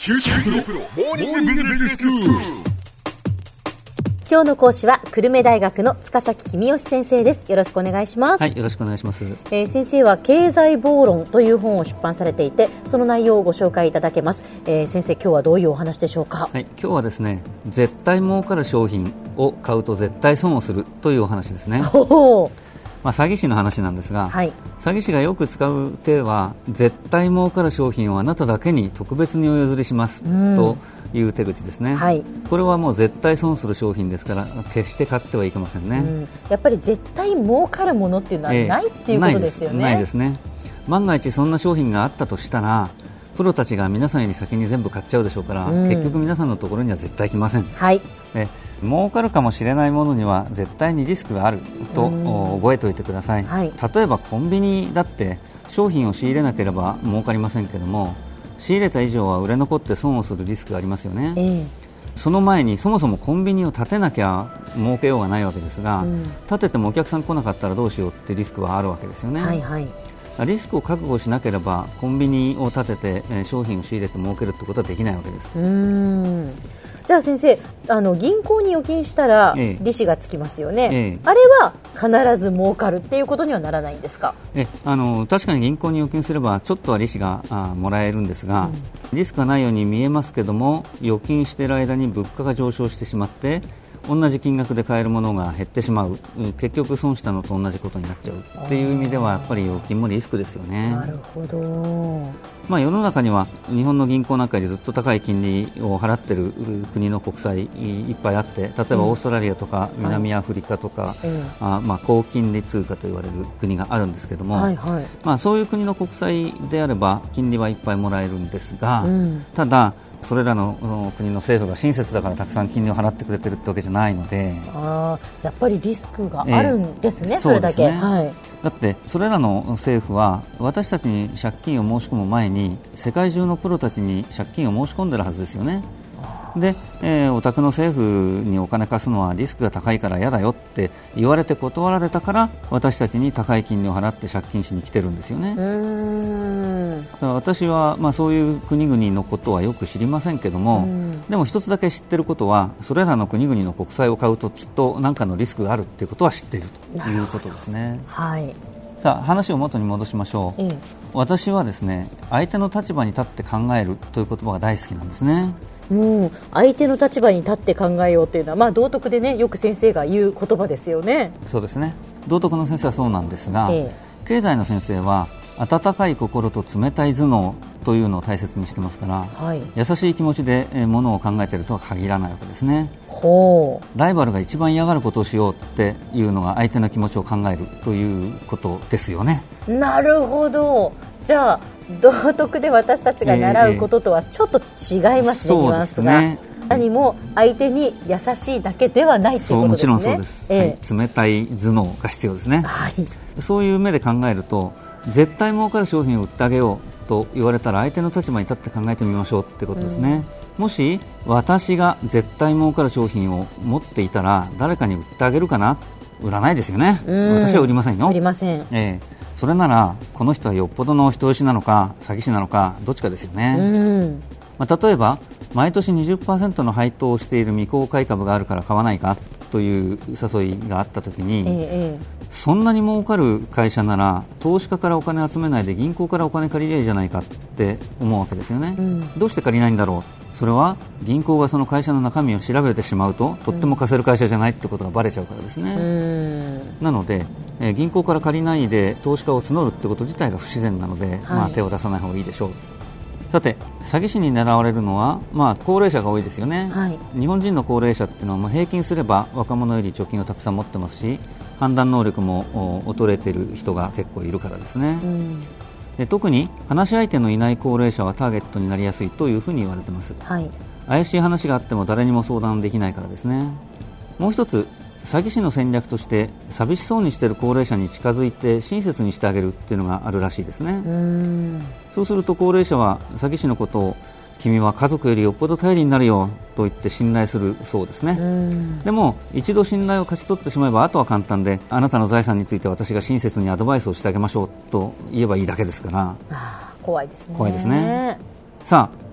今日の講師は久留米大学の塚崎公義先生です。よろしくお願いします。 はい、よろしくお願いします。 先生は経済暴論という本を出版されていて、その内容をご紹介いただけます。先生、今日はどういうお話でしょうか。 はい、今日はですね、絶対儲かる商品を買うと絶対損をするというお話ですね。詐欺師の話なんですが、はい、詐欺師がよく使う手は、絶対儲かる商品をあなただけに特別にお譲りしますという手口ですね。はい、これはもう絶対損する商品ですから決して買ってはいけませんね。 やっぱり絶対儲かるものっていうのはないっていうことですよね。 ないですね。万が一そんな商品があったとしたら、プロたちが皆さんより先に全部買っちゃうでしょうから、結局皆さんのところには絶対来ません。はい、儲かるかもしれないものには絶対にリスクがあると覚えておいてください。はい、例えばコンビニだって商品を仕入れなければ儲かりませんけども、仕入れた以上は売れ残って損をするリスクがありますよね。その前にそもそもコンビニを建てなきゃ儲けようがないわけですが、建ててもお客さん来なかったらどうしようってリスクはあるわけですよね。はいはい、リスクを覚悟しなければコンビニを建てて商品を仕入れて儲けるってことはできないわけです。 じゃあ先生、銀行に預金したら利子がつきますよね。あれは必ず儲かるっていうことにはならないんですか。 確かに銀行に預金すればちょっとは利子がもらえるんですが、リスクがないように見えますけども、預金している間に物価が上昇してしまって同じ金額で買えるものが減ってしまう、結局損したのと同じことになっちゃうっていう意味では、やっぱり預金もリスクですよね。 なるほど。 世の中には日本の銀行なんかよりずっと高い金利を払っている国の国債いっぱいあって、例えばオーストラリアとか南アフリカとか、高金利通貨と言われる国があるんですけども、そういう国の国債であれば金利はいっぱいもらえるんですが、ただそれらの国の政府が親切だからたくさん金利を払ってくれてるってわけじゃないので、 やっぱりリスクがあるんですね。それだけ、 だってそれらの政府は私たちに借金を申し込む前に世界中のプロたちに借金を申し込んでるはずですよね。で、お宅の政府にお金貸すのはリスクが高いから嫌だよって言われて断られたから、私たちに高い金利を払って借金しに来てるんですよね。だから私は、そういう国々のことはよく知りませんけども、でも一つだけ知ってることは、それらの国々の国債を買うときっと何かのリスクがあるっていうことは知っているということですね。はい、さあ話を元に戻しましょう。私はですね、相手の立場に立って考えるという言葉が大好きなんですね。 相手の立場に立って考えようというのは、道徳でね、よく先生が言う言葉ですよね。 そうですね、道徳の先生はそうなんですが、経済の先生は温かい心と冷たい頭脳というのを大切にしてますから、優しい気持ちでものを考えているとは限らないわけですね。ライバルが一番嫌がることをしようっていうのが相手の気持ちを考えるということですよね。 なるほど。じゃあ道徳で私たちが習うこととはちょっと違いますね、ニュアンスが。何も相手に優しいだけではないということですね。 もちろんそうです、冷たい頭脳が必要ですね。そういう目で考えると、絶対儲かる商品を売ってあげようと言われたら、相手の立場に立って考えてみましょうってことですね。もし私が絶対儲かる商品を持っていたら誰かに売ってあげるかな。売らないですよね。私は売りませんよ。 売りません。 それならこの人はよっぽどの人よしなのか詐欺師なのかどっちかですよね。例えば毎年 20% の配当をしている未公開株があるから買わないかという誘いがあったときに、そんなに儲かる会社なら投資家からお金集めないで銀行からお金借りればいいじゃないかって思うわけですよね。どうして借りないんだろう。それは銀行がその会社の中身を調べてしまうと、とっても貸せる会社じゃないってことがバレちゃうからですね。なので、銀行から借りないで投資家を募るってこと自体が不自然なので、手を出さない方がいいでしょう。さて、詐欺師に狙われるのは、高齢者が多いですよね。日本人の高齢者っていうのは、平均すれば若者より貯金をたくさん持ってますし、判断能力も衰えている人が結構いるからですね。特に話し相手のいない高齢者はターゲットになりやすいというふうに言われています。怪しい話があっても誰にも相談できないからですね。もう一つ、詐欺師の戦略として寂しそうにしている高齢者に近づいて親切にしてあげるっていうのがあるらしいですね。そうすると高齢者は詐欺師のことを、君は家族よりよっぽど頼りになるよと言って信頼するそうですね。でも一度信頼を勝ち取ってしまえば、あとは簡単で、あなたの財産について私が親切にアドバイスをしてあげましょうと言えばいいだけですから。 怖いですね。 怖いですね。さあ、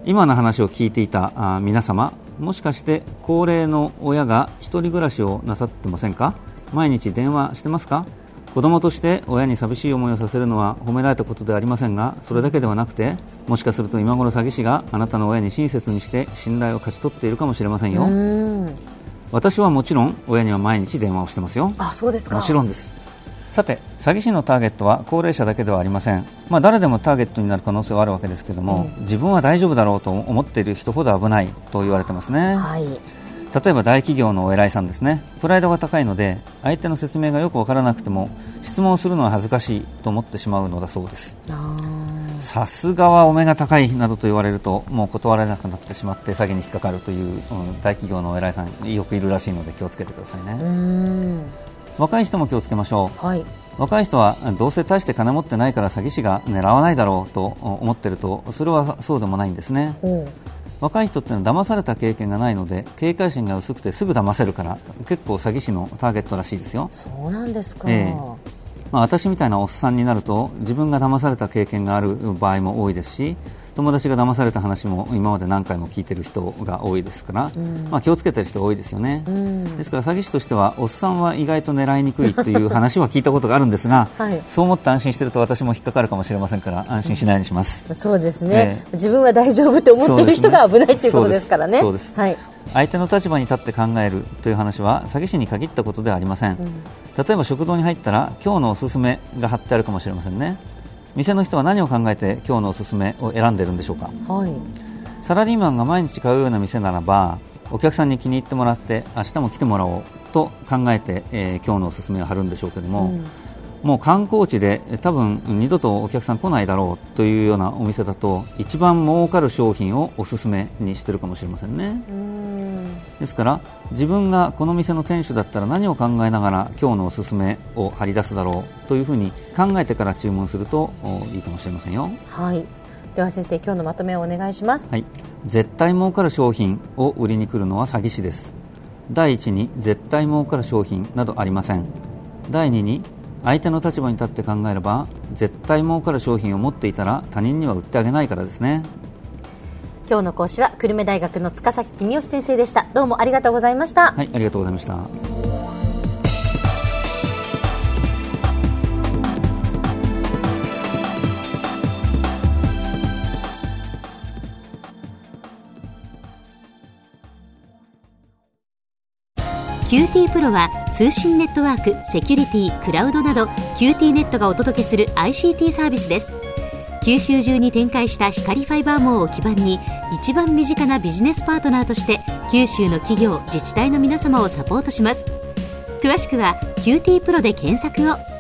今の話を聞いていた皆様、もしかして高齢の親が一人暮らしをなさってませんか？毎日電話してますか？子供として親に寂しい思いをさせるのは褒められたことではありませんが、それだけではなくて、もしかすると今頃詐欺師があなたの親に親切にして信頼を勝ち取っているかもしれませんよ。私はもちろん親には毎日電話をしてますよ。 あ、そうですか。 もちろんです。さて、詐欺師のターゲットは高齢者だけではありません。誰でもターゲットになる可能性はあるわけですけども、自分は大丈夫だろうと思っている人ほど危ないと言われてますね。 はい。 例えば大企業のお偉いさんですね。プライドが高いので相手の説明がよくわからなくても質問するのは恥ずかしいと思ってしまうのだそうです。さすがはお目が高いなどと言われるともう断られなくなってしまって詐欺に引っかかるという、大企業のお偉いさんよくいるらしいので気をつけてくださいね。若い人も気をつけましょう。はい。若い人はどうせ大して金持ってないから詐欺師が狙わないだろうと思っていると、それはそうでもないんですね。若い人ってのは騙された経験がないので警戒心が薄くてすぐ騙せるから結構詐欺師のターゲットらしいですよ。 そうなんですか。 私みたいなおっさんになると自分が騙された経験がある場合も多いですし、友達が騙された話も今まで何回も聞いている人が多いですから、気をつけている人が多いですよね。ですから詐欺師としてはおっさんは意外と狙いにくいという話は聞いたことがあるんですが、はい、そう思って安心していると私も引っかかるかもしれませんから安心しないようにします。 そうですね、自分は大丈夫と思っている人が危ないということですからね。 そうです。はい、相手の立場に立って考えるという話は詐欺師に限ったことではありません。例えば食堂に入ったら今日のおすすめが貼ってあるかもしれませんね。店の人は何を考えて今日のおすすめを選んでいるんでしょうか。はい、サラリーマンが毎日買うような店ならばお客さんに気に入ってもらって明日も来てもらおうと考えて、今日のおすすめを貼るんでしょうけども、もう観光地で多分二度とお客さん来ないだろうというようなお店だと一番儲かる商品をおすすめにしているかもしれませんね。ですから自分がこの店の店主だったら何を考えながら今日のおすすめを貼り出すだろうというふうに考えてから注文するといいかもしれませんよ。 はい、では先生、今日のまとめをお願いします。 はい、絶対儲かる商品を売りに来るのは詐欺師です。第一に絶対儲かる商品などありません。第二に相手の立場に立って考えれば絶対儲かる商品を持っていたら他人には売ってあげないからですね。 今日の講師は久留米大学の塚崎公義先生でした。どうもありがとうございました。 はい、ありがとうございました。 QT プロは通信ネットワーク、セキュリティ、クラウドなど QT ネットがお届けする ICT サービスです。九州中に展開した光ファイバー網を基盤に一番身近なビジネスパートナーとして九州の企業、自治体の皆様をサポートします。詳しくは QT プロで検索を。